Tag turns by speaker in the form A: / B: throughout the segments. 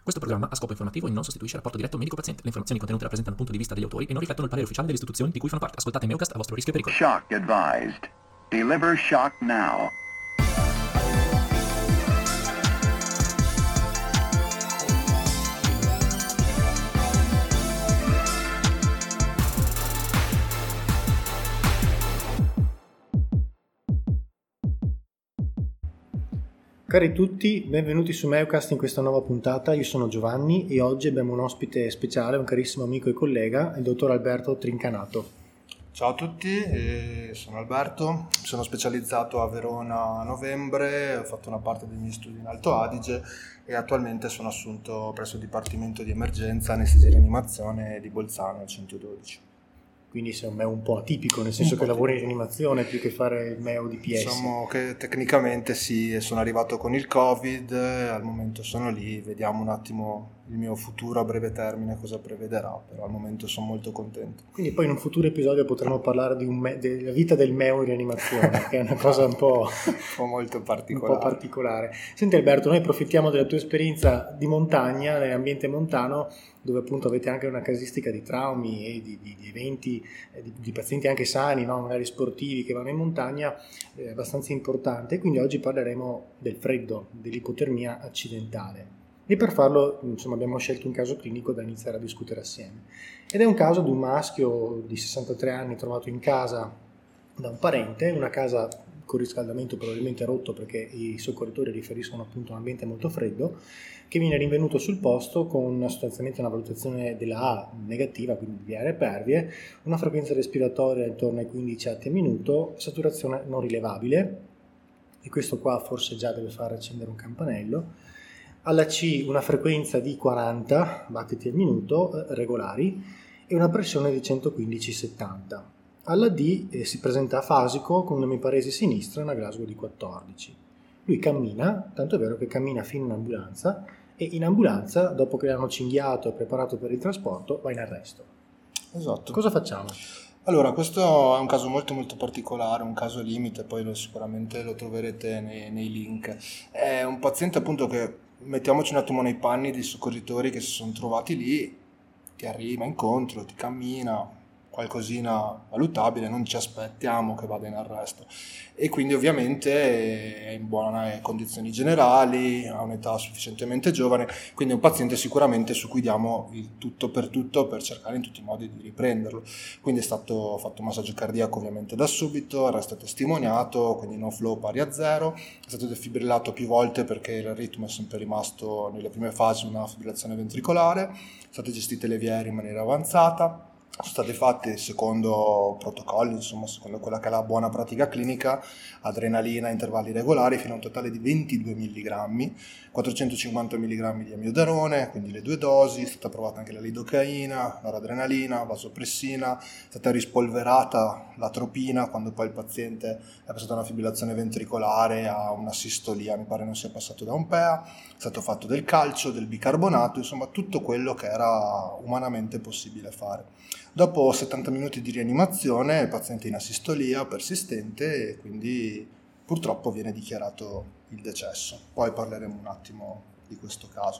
A: Questo programma ha scopo informativo e non sostituisce il rapporto diretto medico-paziente. Le informazioni contenute rappresentano il punto di vista degli autori e non riflettono il parere ufficiale delle istituzioni di cui fanno parte. Ascoltate Meucast a vostro rischio e pericolo.
B: Shock advised. Deliver shock now.
C: Cari tutti, benvenuti su Meucast in questa nuova puntata. Io sono Giovanni e oggi abbiamo un ospite speciale, un carissimo amico e collega, il dottor Alberto Trincanato.
D: Ciao a tutti, sono Alberto, sono specializzato a Verona a novembre, ho fatto una parte dei miei studi in Alto Adige e attualmente sono assunto presso il Dipartimento di Emergenza, Anestesia e Rianimazione di Bolzano al 112.
C: Quindi sei un meo un po' atipico, nel senso che lavori in rianimazione più che fare il meo di PS.
D: Diciamo che tecnicamente sì, sono arrivato con il Covid, al momento sono lì, vediamo un attimo il mio futuro a breve termine cosa prevederà, però al momento sono molto contento.
C: Quindi poi in un futuro episodio potremo parlare della vita del meo in rianimazione, che è una cosa un po'
D: molto particolare.
C: Un po' particolare. Senti Alberto, noi approfittiamo della tua esperienza di montagna, nell'ambiente montano, dove appunto avete anche una casistica di traumi e di eventi, di pazienti anche sani, no? Magari sportivi che vanno in montagna, abbastanza importante. Quindi oggi parleremo del freddo, dell'ipotermia accidentale. E per farlo, insomma, abbiamo scelto un caso clinico da iniziare a discutere assieme. Ed è un caso di un maschio di 63 anni trovato in casa da un parente, una casa con riscaldamento probabilmente rotto perché i soccorritori riferiscono appunto a un ambiente molto freddo, che viene rinvenuto sul posto con sostanzialmente una valutazione della A negativa, quindi di aeree pervie, una frequenza respiratoria intorno ai 15 atti al minuto, saturazione non rilevabile, e questo qua forse già deve far accendere un campanello. Alla C una frequenza di 40 battiti al minuto regolari e una pressione di 115-70. Alla D si presenta afasico con un'emiparesi sinistra e una Glasgow di 14. Lui cammina, tanto è vero che cammina fino in ambulanza e in ambulanza, dopo che l'hanno cinghiato e preparato per il trasporto, va in arresto.
D: Esatto.
C: Cosa facciamo?
D: Allora, questo è un caso molto molto particolare, un caso limite, poi sicuramente lo troverete nei link. È un paziente appunto che, mettiamoci un attimo nei panni dei soccorritori che si sono trovati lì, ti arriva incontro, ti cammina, qualcosina valutabile, non ci aspettiamo che vada in arresto e quindi ovviamente è in buone condizioni generali, ha un'età sufficientemente giovane, quindi è un paziente sicuramente su cui diamo il tutto per cercare in tutti i modi di riprenderlo. Quindi è stato fatto un massaggio cardiaco ovviamente da subito, arresto testimoniato, quindi no flow pari a 0, è stato defibrillato più volte perché il ritmo è sempre rimasto nelle prime fasi una fibrillazione ventricolare, sono state gestite le vie in maniera avanzata. Sono stati fatti secondo protocolli, insomma secondo quella che è la buona pratica clinica, adrenalina a intervalli regolari fino a un totale di 22 mg, 450 mg di amiodarone, quindi le due dosi, è stata provata anche la lidocaina, noradrenalina, vasopressina, è stata rispolverata l'atropina quando poi il paziente è passato da una fibrillazione ventricolare a una sistolia, mi pare non sia passato da un PEA, è stato fatto del calcio, del bicarbonato, insomma tutto quello che era umanamente possibile fare. Dopo 70 minuti di rianimazione il paziente è in asistolia persistente e quindi purtroppo viene dichiarato il decesso. Poi parleremo un attimo di questo caso.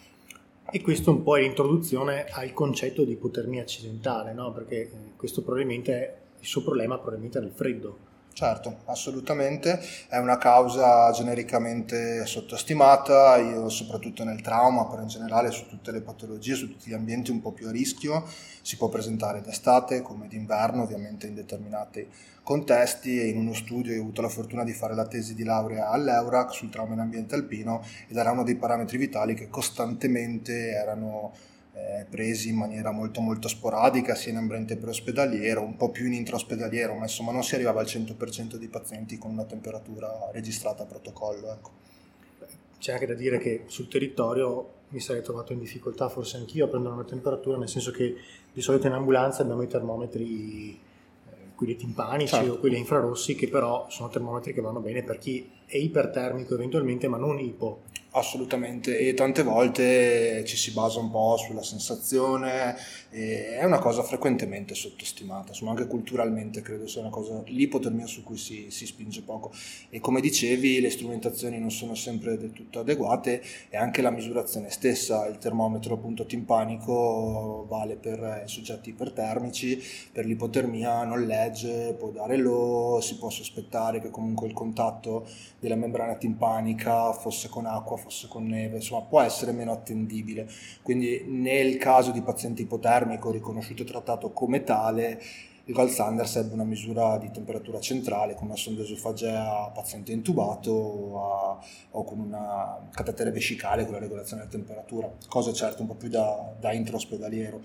C: E questo un po' è l'introduzione al concetto di ipotermia accidentale, no? Perché questo probabilmente il suo problema probabilmente era il freddo.
D: Certo, assolutamente, è una causa genericamente sottostimata, io soprattutto nel trauma, però in generale su tutte le patologie, su tutti gli ambienti un po' più a rischio, si può presentare d'estate come d'inverno, ovviamente in determinati contesti, e in uno studio io ho avuto la fortuna di fare la tesi di laurea all'Eurac sul trauma in ambiente alpino ed era uno dei parametri vitali che costantemente erano presi in maniera molto molto sporadica sia in ambiente preospedaliero, un po' più in intraospedaliero, ma insomma non si arrivava al 100% dei pazienti con una temperatura registrata a protocollo. Ecco.
C: C'è anche da dire che sul territorio mi sarei trovato in difficoltà forse anch'io a prendere una temperatura, nel senso che di solito in ambulanza abbiamo i termometri, quelli timpanici, certo, o quelli infrarossi, che però sono termometri che vanno bene per chi è ipertermico eventualmente ma non ipo.
D: Assolutamente, e tante volte ci si basa un po' sulla sensazione, e è una cosa frequentemente sottostimata, insomma anche culturalmente credo sia una cosa, l'ipotermia su cui si spinge poco, e come dicevi le strumentazioni non sono sempre del tutto adeguate e anche la misurazione stessa, il termometro appunto timpanico vale per i soggetti ipertermici, per l'ipotermia non legge, può dare low, si può sospettare che comunque il contatto della membrana timpanica fosse con acqua, fosse con neve, insomma può essere meno attendibile, quindi nel caso di paziente ipotermico riconosciuto e trattato come tale il gold standard sarebbe una misura di temperatura centrale con una sonda esofagea paziente intubato o con una catetere vescicale con la regolazione della temperatura, cosa certo un po' più da intraospedaliero.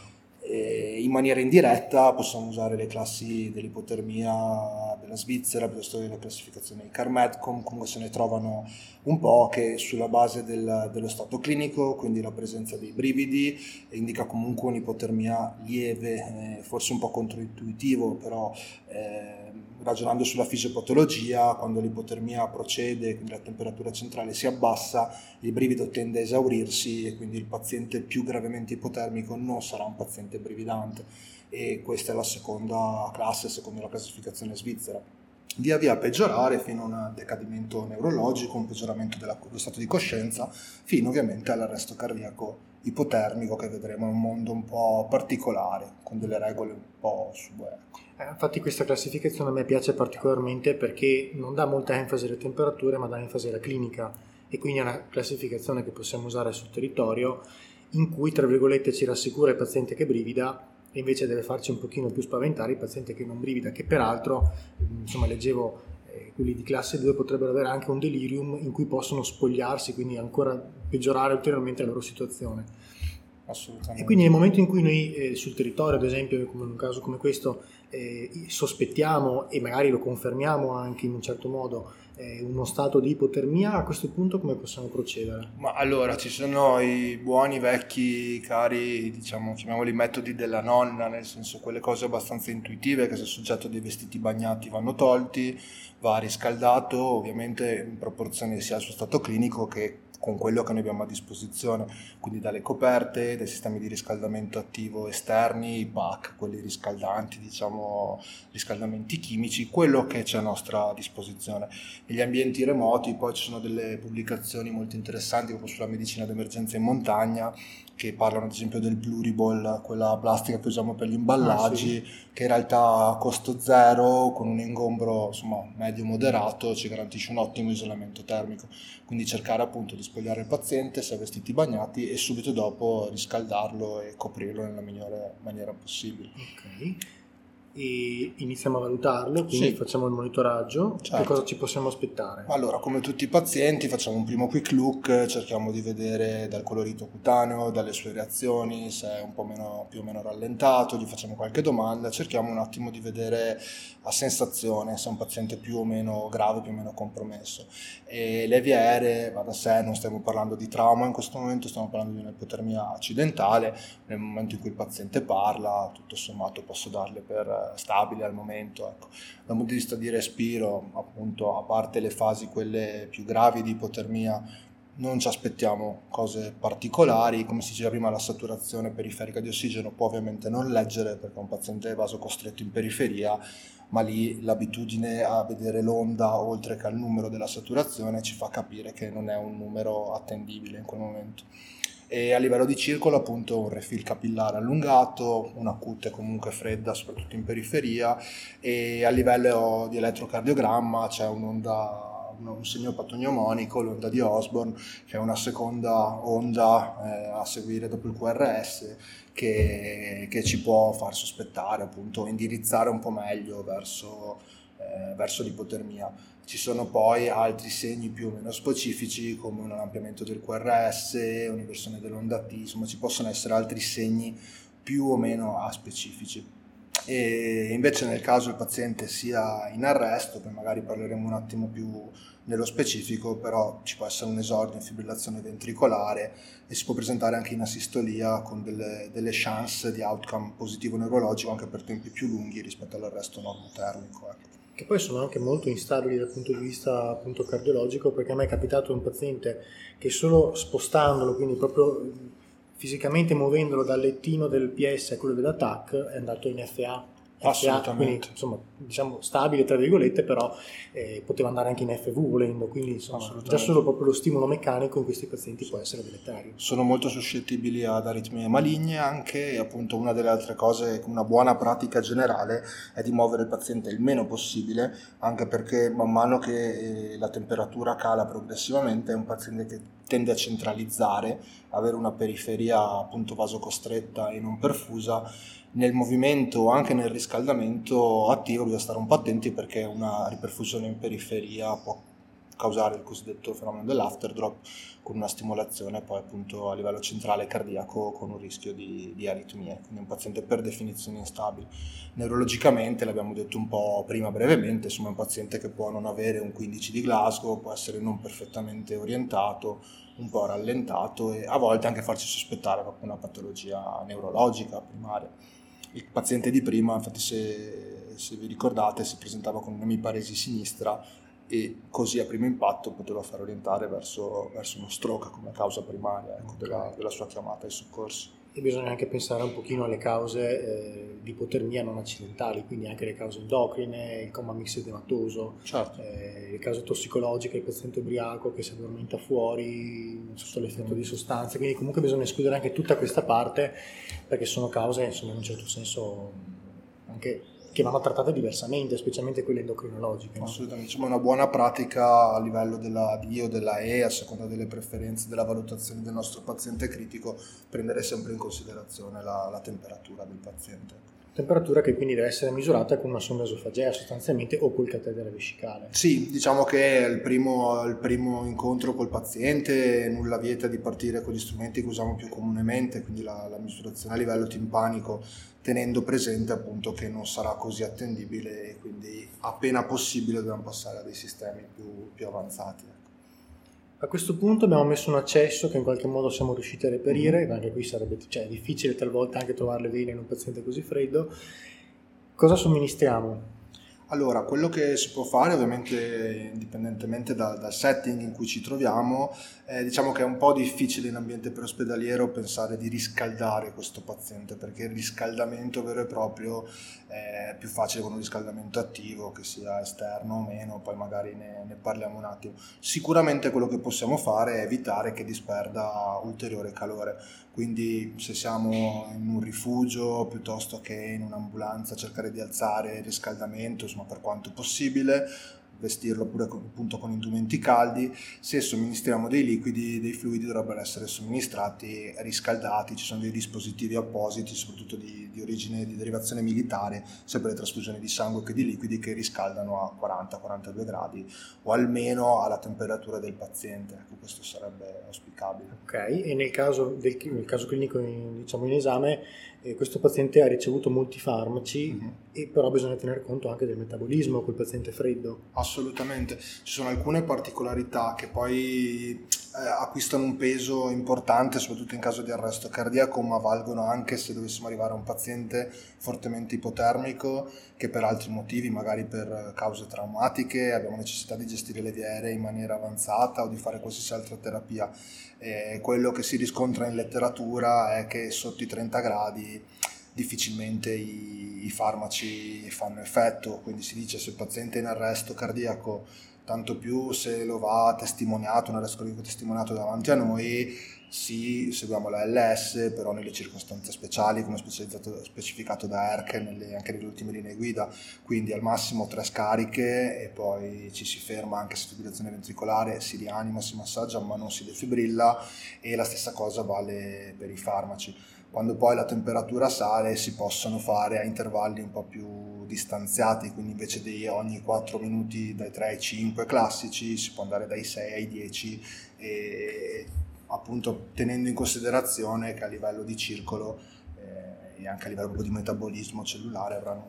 D: E in maniera indiretta possiamo usare le classi dell'ipotermia della Svizzera piuttosto che la classificazione di Carmedcom, comunque se ne trovano un po' che sulla base dello stato clinico, quindi la presenza dei brividi, indica comunque un'ipotermia lieve, forse un po' controintuitivo, però ragionando sulla fisiopatologia, quando l'ipotermia procede, quindi la temperatura centrale si abbassa, il brivido tende a esaurirsi e quindi il paziente più gravemente ipotermico non sarà un paziente brividante, e questa è la seconda classe secondo la classificazione svizzera. Via via a peggiorare fino a un decadimento neurologico, un peggioramento dello stato di coscienza, fino ovviamente all'arresto cardiaco ipotermico, che vedremo in un mondo un po' particolare, con delle regole un po'
C: Infatti questa classificazione a me piace particolarmente perché non dà molta enfasi alle temperature ma dà enfasi alla clinica, e quindi è una classificazione che possiamo usare sul territorio in cui tra virgolette ci rassicura il paziente che brivida e invece deve farci un pochino più spaventare il paziente che non brivida, che peraltro insomma leggevo quelli di classe 2 potrebbero avere anche un delirium in cui possono spogliarsi, quindi ancora peggiorare ulteriormente la loro situazione.
D: Assolutamente.
C: E quindi nel momento in cui noi sul territorio, ad esempio, come in un caso come questo, sospettiamo e magari lo confermiamo anche in un certo modo uno stato di ipotermia, a questo punto come possiamo procedere?
D: Ma allora ci sono i buoni vecchi cari, diciamo, chiamiamoli metodi della nonna, nel senso quelle cose abbastanza intuitive, che se il soggetto ha dei vestiti bagnati vanno tolti, va riscaldato ovviamente in proporzione sia al suo stato clinico che con quello che noi abbiamo a disposizione, quindi dalle coperte, dai sistemi di riscaldamento attivo esterni, i PAC, quelli riscaldanti, diciamo riscaldamenti chimici, quello che c'è a nostra disposizione. Negli ambienti remoti poi ci sono delle pubblicazioni molto interessanti proprio sulla medicina d'emergenza in montagna, che parlano ad esempio del Pluriball, quella plastica che usiamo per gli imballaggi, che in realtà a costo zero, con un ingombro insomma medio-moderato, ci garantisce un ottimo isolamento termico. Quindi cercare appunto di spogliare il paziente se ha vestiti bagnati e subito dopo riscaldarlo e coprirlo nella migliore maniera possibile.
C: Ok. E iniziamo a valutarlo, quindi facciamo il monitoraggio.
D: Certo.
C: Che cosa ci possiamo aspettare?
D: Allora, come tutti i pazienti facciamo un primo quick look, cerchiamo di vedere dal colorito cutaneo, dalle sue reazioni, se è un po' meno, più o meno rallentato, gli facciamo qualche domanda, cerchiamo un attimo di vedere a sensazione se è un paziente più o meno grave, più o meno compromesso. E le vie aeree, va da sé, non stiamo parlando di trauma in questo momento, stiamo parlando di un'ipotermia accidentale. Nel momento in cui il paziente parla, tutto sommato posso darle per stabile al momento, ecco. Dal punto di vista di respiro, appunto, a parte le fasi quelle più gravi di ipotermia, non ci aspettiamo cose particolari. Come si diceva prima, la saturazione periferica di ossigeno può ovviamente non leggere perché è un paziente vasocostretto in periferia, ma lì l'abitudine a vedere l'onda oltre che al numero della saturazione ci fa capire che non è un numero attendibile in quel momento. E a livello di circolo appunto un refill capillare allungato, una cute comunque fredda soprattutto in periferia, e a livello di elettrocardiogramma c'è un'onda, un segno patognomonico, l'onda di Osborne, che è una seconda onda a seguire dopo il QRS che ci può far sospettare, appunto indirizzare un po' meglio verso l'ipotermia. Ci sono poi altri segni più o meno specifici come un allampiamento del QRS, un'inversione dell'ondatismo, ci possono essere altri segni più o meno aspecifici. E invece nel caso il paziente sia in arresto, poi magari parleremo un attimo più nello specifico, però ci può essere un esordio in fibrillazione ventricolare e si può presentare anche in asistolia con delle chance di outcome positivo neurologico anche per tempi più lunghi rispetto all'arresto normotermico. Ecco.
C: che poi sono anche molto instabili dal punto di vista appunto cardiologico, perché a me è capitato un paziente che solo spostandolo, quindi proprio fisicamente muovendolo dal lettino del PS a quello della TAC, è andato in FA.
D: Assolutamente.
C: Quindi insomma diciamo stabile tra virgolette, però poteva andare anche in FV volendo, quindi insomma già solo proprio lo stimolo meccanico in questi pazienti può essere deleterio.
D: Sono molto suscettibili ad aritmie maligne anche, e appunto una delle altre cose, una buona pratica generale è di muovere il paziente il meno possibile, anche perché man mano che la temperatura cala progressivamente è un paziente che tende a centralizzare, avere una periferia appunto vasocostretta e non perfusa. Nel movimento o anche nel riscaldamento attivo bisogna stare un po' attenti, perché una riperfusione in periferia può causare il cosiddetto fenomeno dell'afterdrop, con una stimolazione poi appunto a livello centrale cardiaco con un rischio di aritmie, quindi un paziente per definizione instabile. Neurologicamente, l'abbiamo detto un po' prima brevemente, insomma è un paziente che può non avere un 15 di Glasgow, può essere non perfettamente orientato, un po' rallentato e a volte anche farci sospettare proprio una patologia neurologica primaria. Il paziente di prima, infatti se vi ricordate, si presentava con un'emiparesi sinistra e così a primo impatto poteva far orientare verso uno stroke come causa primaria, ecco, della sua chiamata ai soccorsi.
C: E bisogna anche pensare un pochino alle cause di ipotermia non accidentali, quindi anche le cause endocrine, il coma mixedematoso,
D: Certo.
C: le cause tossicologiche, il paziente ubriaco che si addormenta fuori sotto l'effetto di sostanze, quindi comunque bisogna escludere anche tutta questa parte, perché sono cause insomma in un certo senso anche che vanno trattate diversamente, specialmente quelle endocrinologiche. No?
D: Assolutamente, insomma una buona pratica a livello della D o della E, a seconda delle preferenze della valutazione del nostro paziente critico, prendere sempre in considerazione la temperatura del paziente.
C: Temperatura che quindi deve essere misurata con una sonda esofagea sostanzialmente o col catetere vescicale.
D: Sì, diciamo che è il primo incontro col paziente, nulla vieta di partire con gli strumenti che usiamo più comunemente, quindi la misurazione a livello timpanico, tenendo presente appunto che non sarà così attendibile e quindi appena possibile dobbiamo passare a dei sistemi più avanzati.
C: A questo punto abbiamo messo un accesso che in qualche modo siamo riusciti a reperire, anche qui sarebbe difficile talvolta anche trovare le vene in un paziente così freddo. Cosa somministriamo?
D: Allora, quello che si può fare, ovviamente indipendentemente dal setting in cui ci troviamo, diciamo che è un po' difficile in ambiente preospedaliero pensare di riscaldare questo paziente, perché il riscaldamento vero e proprio è più facile con un riscaldamento attivo, che sia esterno o meno, poi magari ne parliamo un attimo. Sicuramente quello che possiamo fare è evitare che disperda ulteriore calore, quindi se siamo in un rifugio piuttosto che in un'ambulanza cercare di alzare il riscaldamento, insomma per quanto possibile, vestirlo pure appunto con indumenti caldi. Se somministriamo dei liquidi, dei fluidi dovrebbero essere somministrati riscaldati, ci sono dei dispositivi appositi, soprattutto di origine, di derivazione militare, sia per le trasfusioni di sangue che di liquidi, che riscaldano a 40-42 gradi o almeno alla temperatura del paziente. Ecco, questo sarebbe auspicabile.
C: Ok, e nel caso clinico diciamo in esame, questo paziente ha ricevuto molti farmaci, e però bisogna tener conto anche del metabolismo col paziente freddo.
D: Assolutamente, ci sono alcune particolarità che poi acquistano un peso importante, soprattutto in caso di arresto cardiaco, ma valgono anche se dovessimo arrivare a un paziente fortemente ipotermico, che per altri motivi, magari per cause traumatiche, abbiamo necessità di gestire le vie aeree in maniera avanzata o di fare qualsiasi altra terapia. Quello che si riscontra in letteratura è che sotto i 30 gradi difficilmente i farmaci fanno effetto, quindi si dice se il paziente è in arresto cardiaco, tanto più se lo va testimoniato, un arresto cardiaco testimoniato davanti a noi, sì, seguiamo la LS, però nelle circostanze speciali, come specificato da ERC anche nelle ultime linee guida, quindi al massimo 3 scariche e poi ci si ferma anche se fibrillazione ventricolare, si rianima, si massaggia, ma non si defibrilla, e la stessa cosa vale per i farmaci. Quando poi la temperatura sale si possono fare a intervalli un po' più distanziati, quindi invece di ogni 4 minuti dai 3 ai 5 classici si può andare dai 6 ai 10, e appunto tenendo in considerazione che a livello di circolo e anche a livello di metabolismo cellulare avranno un effetto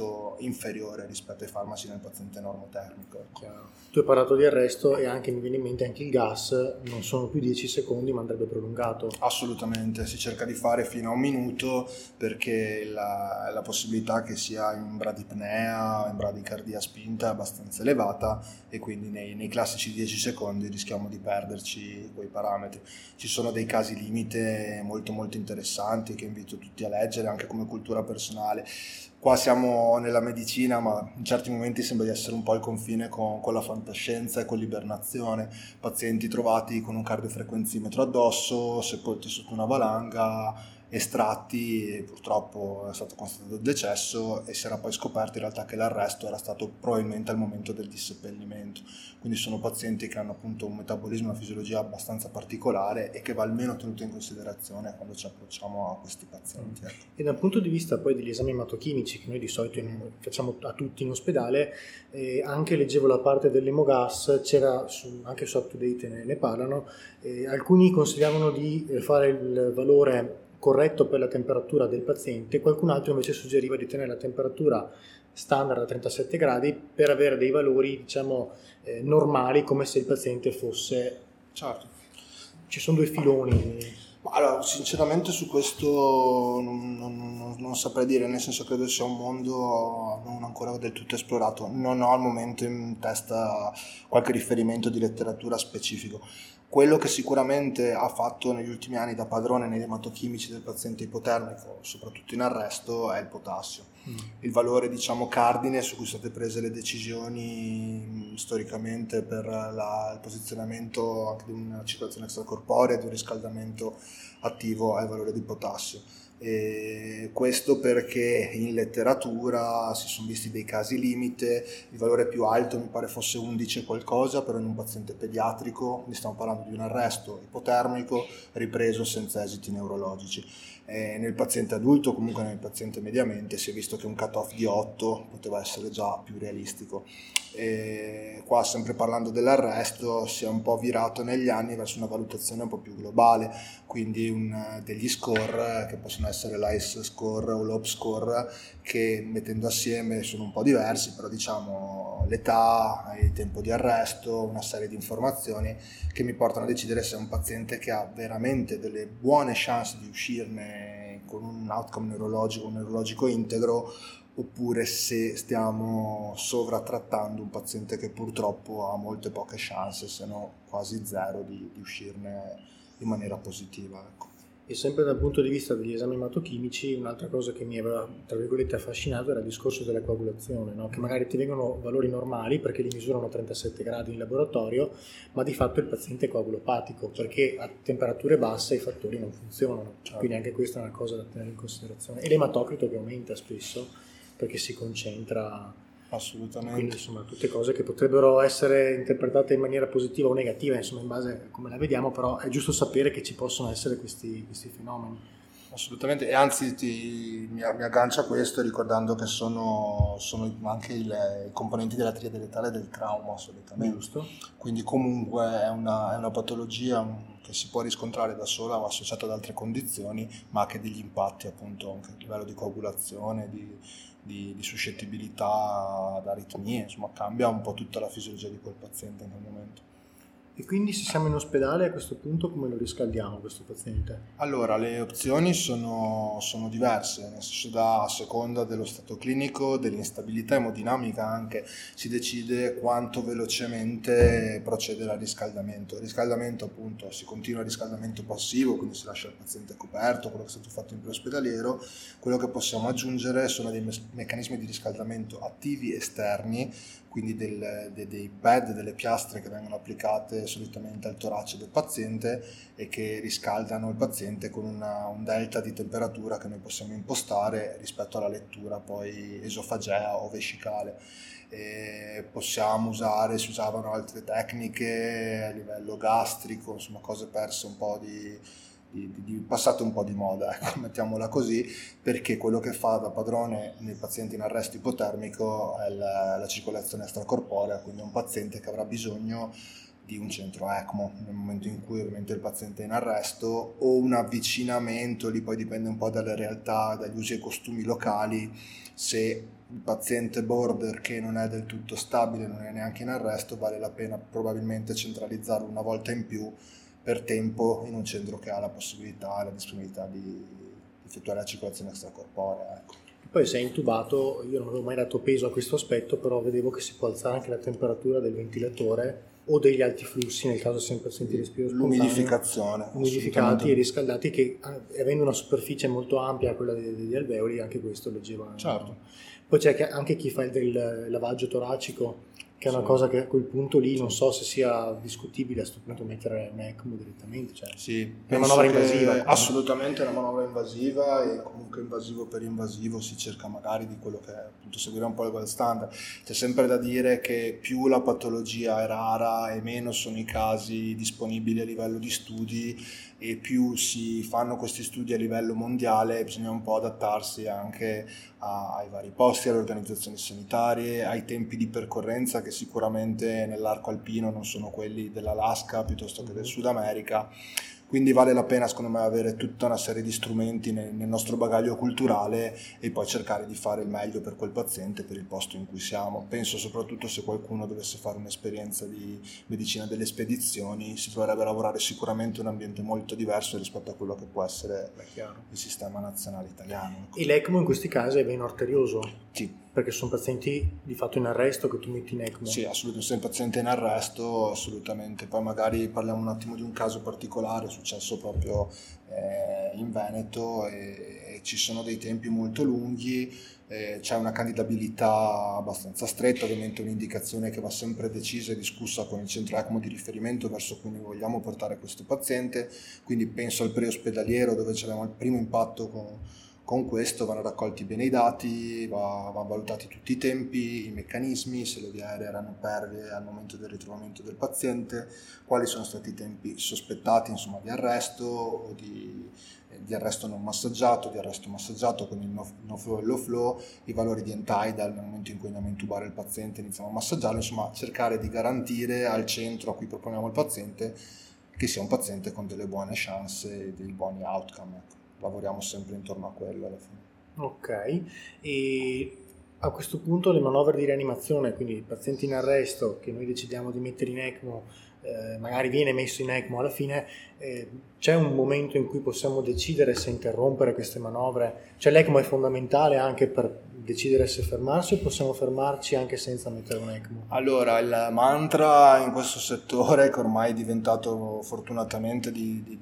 D: molto inferiore rispetto ai farmaci nel paziente normotermico.
C: Chiaro. Tu hai parlato di arresto e anche mi viene in mente anche il gas, non sono più 10 secondi ma andrebbe prolungato.
D: Assolutamente, si cerca di fare fino a un minuto perché la possibilità che sia in bradipnea o in bradicardia spinta è abbastanza elevata e quindi nei classici 10 secondi rischiamo di perderci quei parametri. Ci sono dei casi limite molto molto interessanti che invito tutti a leggere anche come cultura personale. Qua siamo nella medicina, ma in certi momenti sembra di essere un po' al confine con la fantascienza e con l'ibernazione. Pazienti trovati con un cardiofrequenzimetro addosso, sepolti sotto una valanga, estratti, e purtroppo è stato constatato il decesso e si era poi scoperto in realtà che l'arresto era stato probabilmente al momento del disseppellimento. Quindi sono pazienti che hanno appunto un metabolismo e una fisiologia abbastanza particolare e che va almeno tenuto in considerazione quando ci approcciamo a questi pazienti.
C: E dal punto di vista poi degli esami ematochimici che noi di solito facciamo a tutti in ospedale, anche leggevo la parte dell'emogas, c'era anche su UpToDate ne parlano, alcuni consigliavano di fare il valore corretto per la temperatura del paziente, qualcun altro invece suggeriva di tenere la temperatura standard a 37 gradi per avere dei valori diciamo normali, come se il paziente fosse...
D: Certo.
C: Ci sono due filoni.
D: Allora, sinceramente su questo non saprei dire, nel senso credo sia un mondo non ancora del tutto esplorato. Non ho al momento in testa qualche riferimento di letteratura specifico. Quello che sicuramente ha fatto negli ultimi anni da padrone negli ematochimici del paziente ipotermico, soprattutto in arresto, è il potassio. Il valore diciamo cardine su cui sono state prese le decisioni storicamente per il posizionamento anche di una circolazione extracorporea, di un riscaldamento attivo è il valore di potassio. E questo perché in letteratura si sono visti dei casi limite, il valore più alto mi pare fosse 11 qualcosa, però in un paziente pediatrico, quindi stiamo parlando di un arresto ipotermico ripreso senza esiti neurologici. Nel paziente adulto, comunque nel paziente mediamente, si è visto che un cut-off di 8 poteva essere già più realistico. Qua, sempre parlando dell'arresto, si è un po' virato negli anni verso una valutazione un po' più globale, quindi degli score che possono essere l'ICE score o l'OP score, che mettendo assieme sono un po' diversi, però diciamo l'età, il tempo di arresto, una serie di informazioni che mi portano a decidere se è un paziente che ha veramente delle buone chance di uscirne con un outcome neurologico integro, oppure se stiamo sovratrattando un paziente che purtroppo ha molte poche chance, se no quasi zero, di uscirne in maniera positiva. Ecco.
C: E sempre dal punto di vista degli esami ematochimici, un'altra cosa che mi aveva, tra virgolette, affascinato era il discorso della coagulazione, no? Che magari ti vengono valori normali perché li misurano a 37 gradi in laboratorio, ma di fatto il paziente è coagulopatico perché a temperature basse i fattori non funzionano. Certo. Quindi anche questa è una cosa da tenere in considerazione. E l'ematocrito che aumenta spesso perché si concentra.
D: Assolutamente.
C: Quindi insomma tutte cose che potrebbero essere interpretate in maniera positiva o negativa, insomma in base a come la vediamo, però è giusto sapere che ci possono essere questi fenomeni.
D: Assolutamente, e anzi mi aggancio a questo ricordando che sono anche i componenti della triade letale del trauma solitamente.
C: Giusto.
D: Quindi comunque è una patologia che si può riscontrare da sola o associata ad altre condizioni, ma ha anche degli impatti appunto anche a livello di coagulazione, di suscettibilità ad aritmie, insomma cambia un po' tutta la fisiologia di quel paziente in quel momento.
C: E quindi se siamo in ospedale a questo punto come lo riscaldiamo questo paziente?
D: Allora, le opzioni sono diverse, nel senso a seconda dello stato clinico, dell'instabilità emodinamica anche, si decide quanto velocemente procedere al riscaldamento. Il riscaldamento appunto si continua il riscaldamento passivo, quindi si lascia il paziente coperto, quello che è stato fatto in preospedaliero. Quello che possiamo aggiungere sono dei meccanismi di riscaldamento attivi esterni, quindi dei pad, delle piastre che vengono applicate solitamente al torace del paziente e che riscaldano il paziente con un delta di temperatura che noi possiamo impostare rispetto alla lettura poi esofagea o vescicale. Si usavano altre tecniche a livello gastrico, insomma cose perse un po' passate un po' di moda, ecco, mettiamola così, perché quello che fa da padrone nei pazienti in arresto ipotermico è la circolazione extracorporea, quindi è un paziente che avrà bisogno di un centro ECMO nel momento in cui ovviamente il paziente è in arresto, o un avvicinamento, lì poi dipende un po' dalle realtà, dagli usi e costumi locali, se il paziente border che non è del tutto stabile, non è neanche in arresto, vale la pena probabilmente centralizzarlo una volta in più per tempo in un centro che ha la possibilità e la disponibilità di effettuare la circolazione extracorporea. Ecco.
C: Poi se è intubato, io non avevo mai dato peso a questo aspetto, però vedevo che si può alzare anche la temperatura del ventilatore o degli alti flussi nel caso siano pazienti respiro spontaneo,
D: L'umidificazione,
C: umidificati e riscaldati, che avendo una superficie molto ampia, quella degli alveoli, anche questo leggeva.
D: Certo.
C: Poi c'è anche chi fa il lavaggio toracico, che è una
D: Sì.
C: cosa che a quel punto lì non so se sia discutibile a questo punto mettere un ECMO direttamente, cioè
D: Sì,
C: è una manovra
D: penso che
C: invasiva.
D: assolutamente è una manovra invasiva, e comunque invasivo per invasivo si cerca magari di quello che è appunto seguire un po' il gold standard. C'è sempre da dire che più la patologia è rara e meno sono i casi disponibili a livello di studi, e più si fanno questi studi a livello mondiale, bisogna un po' adattarsi anche ai vari posti, alle organizzazioni sanitarie, ai tempi di percorrenza che sicuramente nell'arco alpino non sono quelli dell'Alaska piuttosto che del Sud America. Quindi vale la pena secondo me avere tutta una serie di strumenti nel nostro bagaglio culturale e poi cercare di fare il meglio per quel paziente, per il posto in cui siamo. Penso soprattutto se qualcuno dovesse fare un'esperienza di medicina delle spedizioni, si dovrebbe lavorare sicuramente in un ambiente molto diverso rispetto a quello che può essere il sistema nazionale italiano.
C: E l'ECMO in questi casi è veno arterioso?
D: Sì.
C: Perché sono pazienti di fatto in arresto che tu metti in ECMO?
D: Sì, assolutamente, se il paziente è in arresto, assolutamente. Poi magari parliamo un attimo di un caso particolare, è successo proprio in Veneto, e ci sono dei tempi molto lunghi, c'è una candidabilità abbastanza stretta, ovviamente un'indicazione che va sempre decisa e discussa con il centro ECMO di riferimento verso cui noi vogliamo portare questo paziente, quindi penso al preospedaliero dove abbiamo il primo impatto con questo. Vanno raccolti bene i dati, vanno valutati tutti i tempi, i meccanismi, se le vie aeree erano pervie al momento del ritrovamento del paziente, quali sono stati i tempi sospettati, insomma, di arresto o di arresto non massaggiato, di arresto massaggiato con il no flow e low flow, i valori di end-tidal nel momento in cui andiamo a intubare il paziente, iniziamo a massaggiarlo, insomma cercare di garantire al centro a cui proponiamo il paziente che sia un paziente con delle buone chance e dei buoni outcome. Ecco. Lavoriamo sempre intorno a quello alla fine.
C: Ok, e a questo punto le manovre di rianimazione, quindi il paziente in arresto che noi decidiamo di mettere in ECMO, magari viene messo in ECMO alla fine, c'è un momento in cui possiamo decidere se interrompere queste manovre? Cioè l'ECMO è fondamentale anche per decidere se fermarsi, o possiamo fermarci anche senza mettere un ECMO?
D: Allora, il mantra in questo settore, che ormai è diventato fortunatamente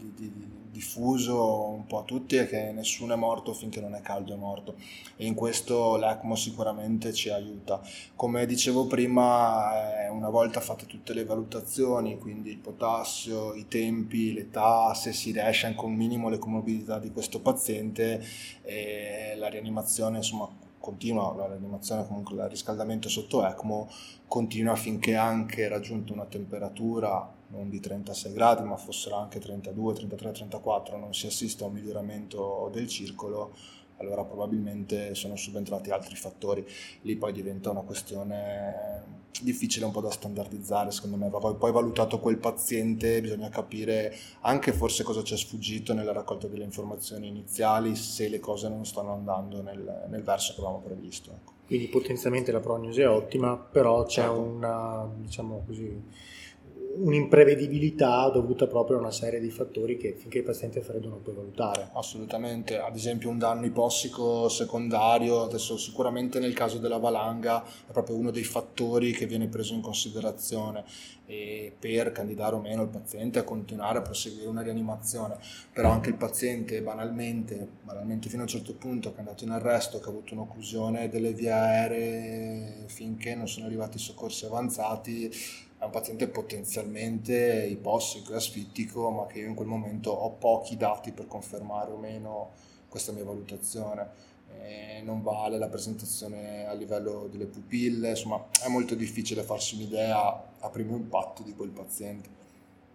D: diffuso un po' a tutti, è che nessuno è morto finché non è caldo, è morto, e in questo l'ECMO sicuramente ci aiuta. Come dicevo prima, una volta fatte tutte le valutazioni, quindi il potassio, i tempi, l'età, se si riesce anche un minimo le comorbidità di questo paziente, la rianimazione insomma continua, la rianimazione, comunque il riscaldamento sotto ECMO continua finché anche raggiunto una temperatura non di 36 gradi, ma fossero anche 32, 33, 34, non si assiste a un miglioramento del circolo, allora probabilmente sono subentrati altri fattori. Lì poi diventa una questione difficile un po' da standardizzare, secondo me. Poi valutato quel paziente bisogna capire anche forse cosa ci è sfuggito nella raccolta delle informazioni iniziali, se le cose non stanno andando nel verso che avevamo previsto. Ecco.
C: Quindi potenzialmente la prognosi è ottima, però c'è
D: Certo.
C: una, diciamo così, un'imprevedibilità dovuta proprio a una serie di fattori che finché il paziente è freddo non puoi valutare.
D: Assolutamente, ad esempio un danno ipossico secondario, adesso sicuramente nel caso della valanga è proprio uno dei fattori che viene preso in considerazione per candidare o meno il paziente a continuare a proseguire una rianimazione, però anche il paziente banalmente fino a un certo punto che è andato in arresto, che ha avuto un'occlusione delle vie aeree finché non sono arrivati i soccorsi avanzati, è un paziente potenzialmente ipossico e asfittico, ma che io in quel momento ho pochi dati per confermare o meno questa mia valutazione. Non vale la presentazione a livello delle pupille, insomma è molto difficile farsi un'idea a primo impatto di quel paziente.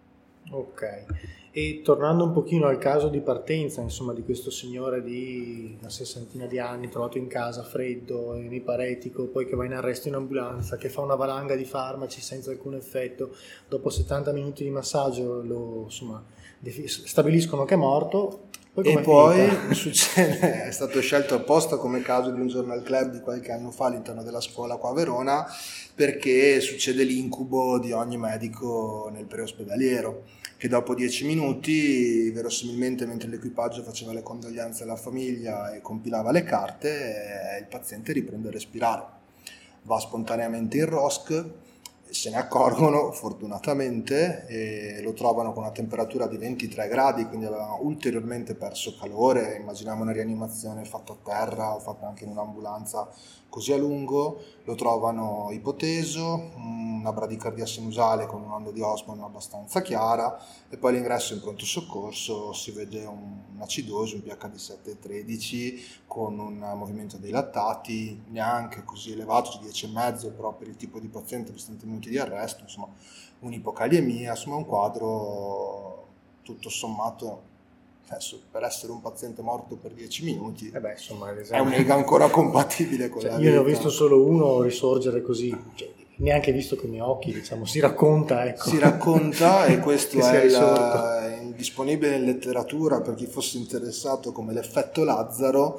C: Ok. E tornando un pochino al caso di partenza, insomma, di questo signore di una sessantina di anni trovato in casa freddo, in iparetico, poi che va in arresto in ambulanza, che fa una valanga di farmaci senza alcun effetto, dopo 70 minuti di massaggio insomma, stabiliscono che è morto. Poi
D: E
C: com'è
D: poi
C: finita?
D: succede, è stato scelto apposta come caso di un journal club di qualche anno fa all'interno della scuola qua a Verona, perché succede l'incubo di ogni medico nel preospedaliero, che dopo 10 minuti, verosimilmente mentre l'equipaggio faceva le condoglianze alla famiglia e compilava le carte, il paziente riprende a respirare. Va spontaneamente in ROSC, se ne accorgono fortunatamente e lo trovano con una temperatura di 23 gradi, quindi aveva ulteriormente perso calore. Immaginiamo una rianimazione fatta a terra o fatta anche in un'ambulanza così a lungo. Lo trovano ipoteso, una bradicardia sinusale con un'onda di Osborn abbastanza chiara, e poi all'ingresso in pronto soccorso si vede un'acidosi, un pH di 7,13 con un movimento dei lattati neanche così elevato, di 10,5, però per il tipo di paziente per 70 minuti di arresto, insomma un'ipocaliemia, insomma un quadro tutto sommato, adesso, per essere un paziente morto per 10 minuti
C: Beh, insomma,
D: è un'ega ancora compatibile con la
C: io
D: vita.
C: ne ho visto solo uno risorgere così, cioè, neanche visto con i miei occhi, diciamo, si racconta, ecco.
D: Si racconta, e questo
C: Che sia
D: è
C: risorto.
D: disponibile in letteratura per chi fosse interessato, come l'effetto Lazzaro.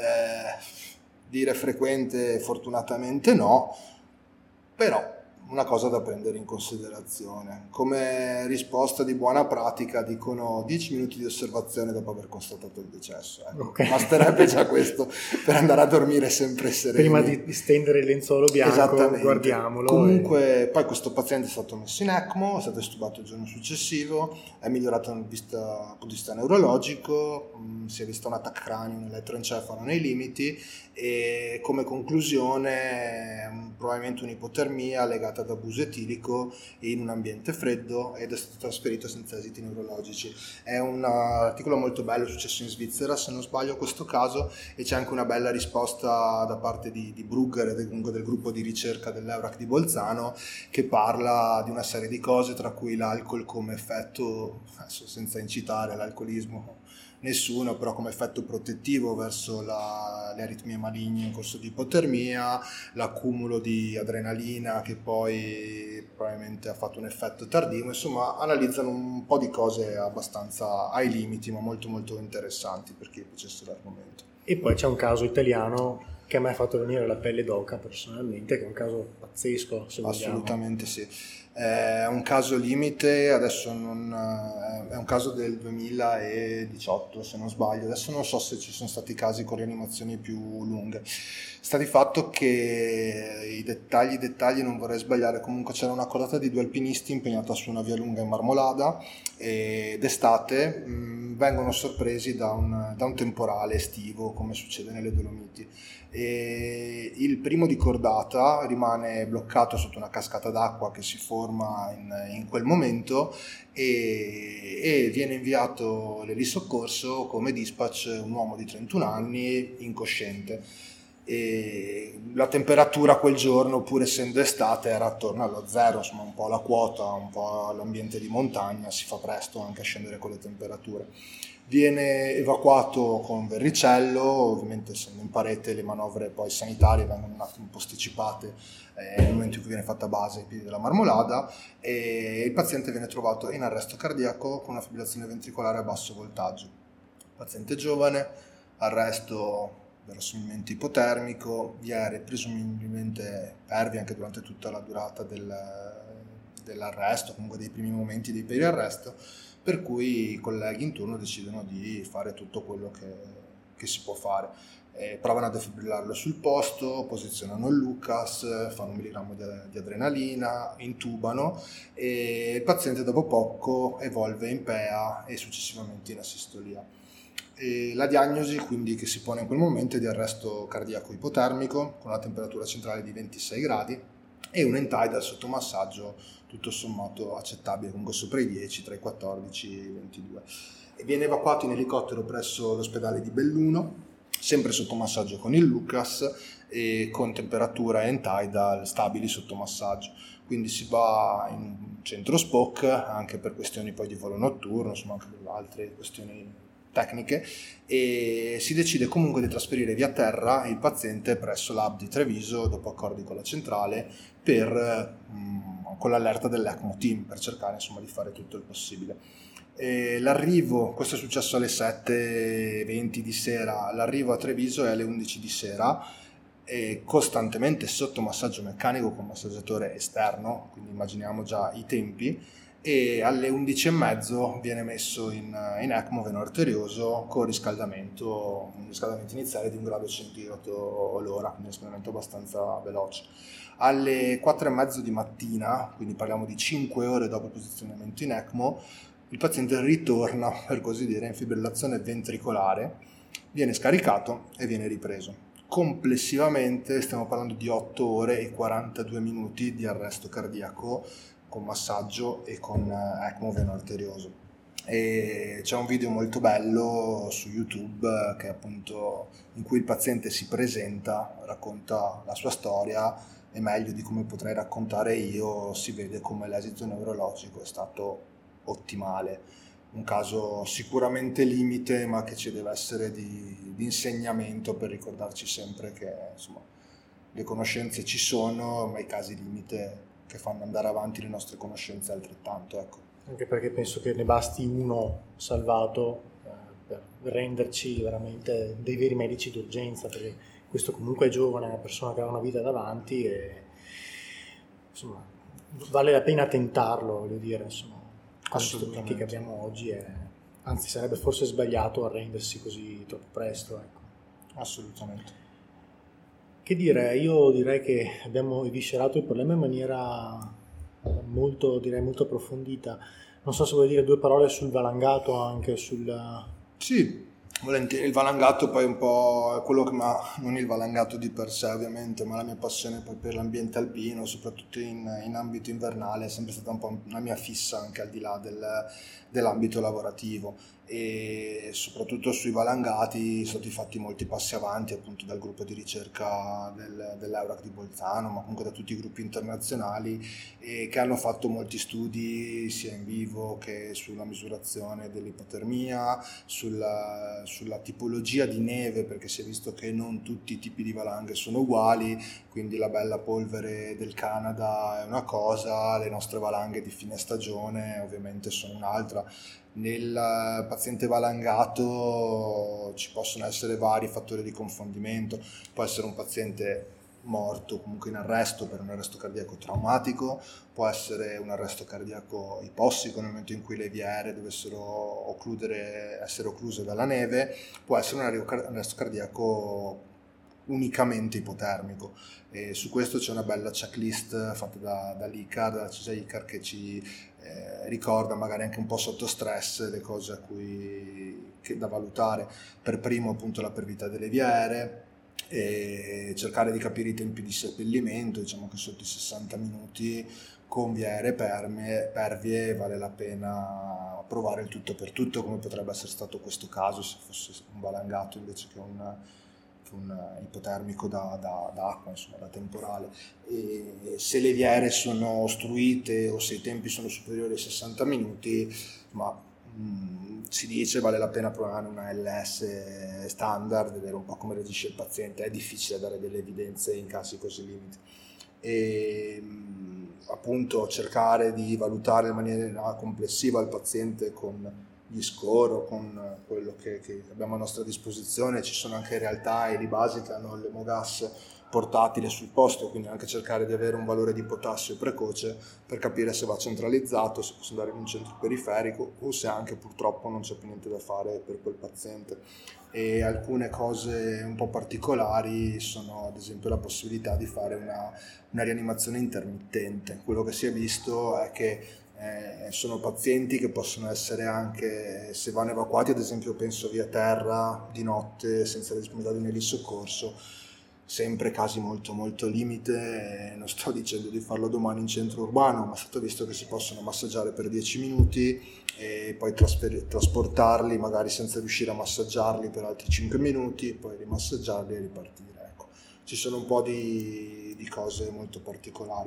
D: Dire frequente fortunatamente no, però una cosa da prendere in considerazione. Come risposta di buona pratica dicono 10 minuti di osservazione dopo aver constatato il decesso. Ecco.
C: Ok.
D: Basterebbe già questo per andare a dormire sempre sereni.
C: Prima di stendere il lenzuolo bianco,
D: Esattamente.
C: guardiamolo.
D: Comunque poi questo paziente è stato messo in ECMO, è stato estubato il giorno successivo, è migliorato dal punto di vista neurologico, si è vista un attacco cranio, un elettroencefalo nei limiti, e come conclusione probabilmente un'ipotermia legata ad abuso etilico in un ambiente freddo, ed è stato trasferito senza esiti neurologici. È un articolo molto bello, successo in Svizzera se non sbaglio questo caso, e c'è anche una bella risposta da parte di Brugger e del gruppo di ricerca dell'Eurac di Bolzano, che parla di una serie di cose, tra cui l'alcol come effetto, senza incitare l'alcolismo nessuno, però come effetto protettivo verso le aritmie maligne in corso di ipotermia, l'accumulo di adrenalina che poi probabilmente ha fatto un effetto tardivo. Insomma, analizzano un po' di cose abbastanza ai limiti, ma molto molto interessanti per chi piacesse l'argomento.
C: E poi c'è un caso italiano che a me ha fatto venire la pelle d'oca personalmente, che è un caso pazzesco, se vogliamo.
D: Assolutamente sì. È un caso limite, adesso è un caso del 2018 se non sbaglio, adesso non so se ci sono stati casi con rianimazioni più lunghe. Sta di fatto che i dettagli non vorrei sbagliare, comunque c'era una cordata di 2 alpinisti impegnata su una via lunga in Marmolada, e d'estate vengono sorpresi da un temporale estivo, come succede nelle Dolomiti. E il primo di cordata rimane bloccato sotto una cascata d'acqua che si forma in quel momento, e viene inviato l'elisoccorso come dispatch un uomo di 31 anni incosciente. E la temperatura quel giorno, pur essendo estate, era attorno allo zero, insomma un po' alla quota, un po' all'ambiente di montagna, si fa presto anche a scendere con le temperature. Viene evacuato con verricello, ovviamente essendo in parete le manovre poi sanitarie vengono un attimo posticipate nel momento in cui viene fatta base ai piedi della Marmolada, e il paziente viene trovato in arresto cardiaco con una fibrillazione ventricolare a basso voltaggio. Paziente giovane, arresto verosimilmente ipotermico, ieri presumibilmente pervi anche durante tutta la durata dell'arresto, comunque dei primi momenti dei periarresto, per cui i colleghi in turno decidono di fare tutto quello che si può fare. Provano a defibrillarlo sul posto, posizionano il Lucas, fanno 1 milligrammo di adrenalina, intubano, e il paziente dopo poco evolve in PEA e successivamente in asistolia. E la diagnosi quindi che si pone in quel momento è di arresto cardiaco ipotermico con una temperatura centrale di 26 gradi e un end-tidal sotto massaggio tutto sommato accettabile, comunque sopra i 10, tra i 14 e i 22. E viene evacuato in elicottero presso l'ospedale di Belluno, sempre sotto massaggio con il Lucas e con temperatura end-tidal stabili sotto massaggio. quindi si va in un centro SPOC anche per questioni poi di volo notturno, insomma anche per altre questioni tecniche, e si decide comunque di trasferire via terra il paziente presso l'hub di Treviso dopo accordi con la centrale con l'allerta dell'ECMO team per cercare insomma di fare tutto il possibile. L'arrivo, questo è successo alle 7:20 di sera, l'arrivo a Treviso è alle 11 di sera, e costantemente sotto massaggio meccanico con massaggiatore esterno, quindi immaginiamo già i tempi, e alle 11:30 viene messo in ECMO veno arterioso con un riscaldamento iniziale di 1 grado centigrado l'ora, quindi un riscaldamento abbastanza veloce. Alle 4:30 di mattina, quindi parliamo di 5 ore dopo il posizionamento in ECMO, il paziente ritorna, per così dire, in fibrillazione ventricolare, viene scaricato e viene ripreso. Complessivamente stiamo parlando di 8 ore e 42 minuti di arresto cardiaco con massaggio e con ECMO veno arterioso. E c'è un video molto bello su YouTube che appunto in cui il paziente si presenta, racconta la sua storia, e meglio di come potrei raccontare io si vede come l'esito neurologico è stato ottimale. Un caso sicuramente limite, ma che ci deve essere di insegnamento per ricordarci sempre che insomma le conoscenze ci sono, ma i casi limite che fanno andare avanti le nostre conoscenze altrettanto, ecco.
C: Anche perché penso che ne basti uno salvato per renderci veramente dei veri medici d'urgenza, perché questo comunque è giovane, è una persona che ha una vita davanti e insomma vale la pena tentarlo, voglio dire, insomma, con gli strumenti che abbiamo oggi, anzi sarebbe forse sbagliato arrendersi così troppo presto, ecco.
D: Assolutamente.
C: Che dire, io direi che abbiamo eviscerato il problema in maniera molto approfondita. Non so se vuoi dire 2 parole sul valangato, anche sul...
D: Sì, volentieri. Il valangato poi un po' è quello che non il valangato di per sé ovviamente, ma la mia passione poi per l'ambiente alpino, soprattutto in ambito invernale, è sempre stata un po' una mia fissa anche al di là dell'ambito lavorativo, e soprattutto sui valangati sono stati fatti molti passi avanti appunto dal gruppo di ricerca dell'Eurac di Bolzano, ma comunque da tutti i gruppi internazionali, e che hanno fatto molti studi sia in vivo che sulla misurazione dell'ipotermia, sulla tipologia di neve, perché si è visto che non tutti i tipi di valanghe sono uguali, quindi la bella polvere del Canada è una cosa, le nostre valanghe di fine stagione ovviamente sono un'altra. Nel paziente valangato ci possono essere vari fattori di confondimento, può essere un paziente morto, comunque in arresto per un arresto cardiaco traumatico, può essere un arresto cardiaco ipossico nel momento in cui le viere dovessero essere occluse dalla neve, può essere un arresto cardiaco unicamente ipotermico, e su questo c'è una bella checklist fatta dall'ICAR, dalla CISA-ICAR, che ci ricorda magari anche un po' sotto stress le cose che da valutare. Per primo appunto la pervità delle viere, e cercare di capire i tempi di seppellimento, diciamo che sotto i 60 minuti con viere pervie vale la pena provare il tutto per tutto, come potrebbe essere stato questo caso se fosse un valangato invece che un ipotermico da acqua, insomma da temporale. E se le viere sono ostruite o se i tempi sono superiori ai 60 minuti, si dice vale la pena provare una LS standard, vedere un po' come reagisce il paziente. È difficile dare delle evidenze in casi così limiti, e appunto cercare di valutare in maniera complessiva il paziente con gli score o con quello che abbiamo a nostra disposizione. Ci sono anche realtà e di base che hanno l'emogas portatile sul posto, quindi anche cercare di avere un valore di potassio precoce per capire se va centralizzato, se posso andare in un centro periferico o se anche purtroppo non c'è più niente da fare per quel paziente. E alcune cose un po' particolari sono ad esempio la possibilità di fare una rianimazione intermittente. Quello che si è visto è che sono pazienti che possono essere anche, se vanno evacuati ad esempio penso via terra di notte senza la disponibilità di un elisoccorso, sempre casi molto molto limite, non sto dicendo di farlo domani in centro urbano, ma è stato visto che si possono massaggiare per 10 minuti e poi trasportarli magari senza riuscire a massaggiarli per altri 5 minuti, poi rimassaggiarli e ripartire. Ecco, ci sono un po' di cose molto particolari.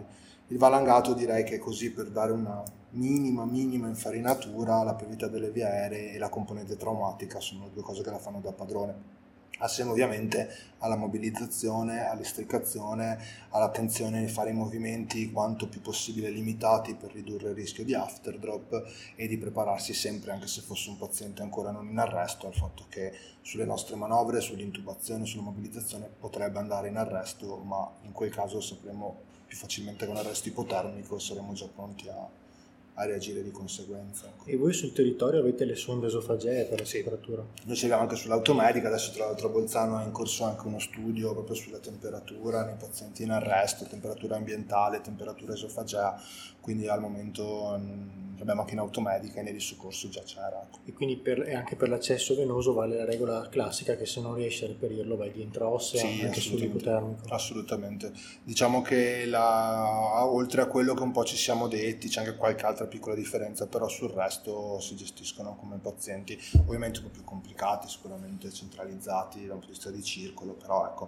D: Il valangato direi che è così per dare una minima infarinatura, la prevità delle vie aeree e la componente traumatica sono due cose che la fanno da padrone, assieme ovviamente alla mobilizzazione, all'istricazione, all'attenzione di fare i movimenti quanto più possibile limitati per ridurre il rischio di afterdrop e di prepararsi sempre, anche se fosse un paziente ancora non in arresto, al fatto che sulle nostre manovre, sull'intubazione, sulla mobilizzazione potrebbe andare in arresto, ma in quel caso sapremo più facilmente con arresto ipotermico, saremo già pronti a reagire di conseguenza.
C: E voi sul territorio avete le sonde esofagee per la temperatura?
D: Noi ci abbiamo anche sull'automedica, adesso tra l'altro a Bolzano è in corso anche uno studio proprio sulla temperatura nei pazienti in arresto, temperatura ambientale, temperatura esofagea, quindi al momento abbiamo anche in automedica e nei di soccorso già c'era.
C: E quindi anche per l'accesso venoso vale la regola classica che se non riesci a reperirlo vai di intraossea, sì, anche sull'ipotermico?
D: Assolutamente. Diciamo che oltre a quello che un po' ci siamo detti c'è anche qualche altra piccola differenza, però sul resto si gestiscono come pazienti ovviamente un po' più complicati, sicuramente centralizzati da un punto di vista di circolo, però ecco,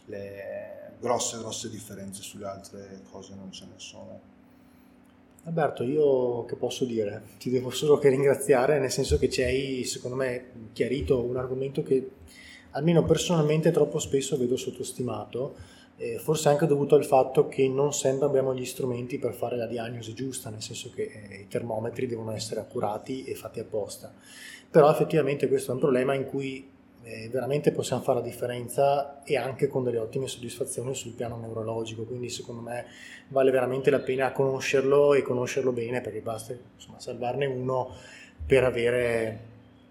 D: le grosse differenze sulle altre cose non ce ne sono.
C: Alberto, io che posso dire? Ti devo solo che ringraziare, nel senso che ci hai, secondo me, chiarito un argomento che almeno personalmente troppo spesso vedo sottostimato, forse anche dovuto al fatto che non sempre abbiamo gli strumenti per fare la diagnosi giusta, nel senso che i termometri devono essere accurati e fatti apposta. Però effettivamente questo è un problema in cui veramente possiamo fare la differenza e anche con delle ottime soddisfazioni sul piano neurologico, quindi secondo me vale veramente la pena conoscerlo e conoscerlo bene, perché basta insomma salvarne uno per avere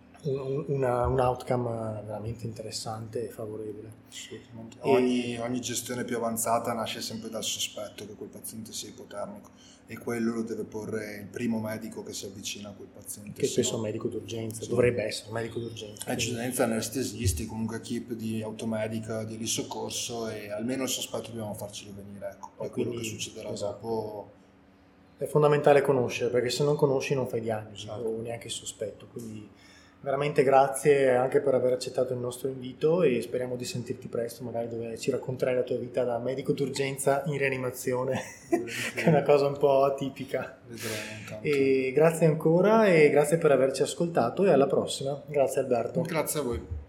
C: un outcome veramente interessante e favorevole.
D: Assolutamente. Ogni gestione più avanzata nasce sempre dal sospetto che quel paziente sia ipotermico e quello lo deve porre il primo medico che si avvicina a quel paziente.
C: Che spesso è un medico d'urgenza, sì. Dovrebbe essere un medico d'urgenza.
D: Eccellenza, anestesisti, comunque equip di automedica, di soccorso, e almeno il sospetto dobbiamo farcelo venire. Ecco. Poi quello che succederà dopo...
C: È fondamentale conoscere, perché se non conosci non fai diagnosi o neanche il sospetto, quindi... Veramente grazie anche per aver accettato il nostro invito e speriamo di sentirti presto, magari dove ci racconterai la tua vita da medico d'urgenza in rianimazione, che è una cosa un po' atipica. E grazie ancora e grazie per averci ascoltato e alla prossima. Grazie Alberto.
D: Grazie a voi.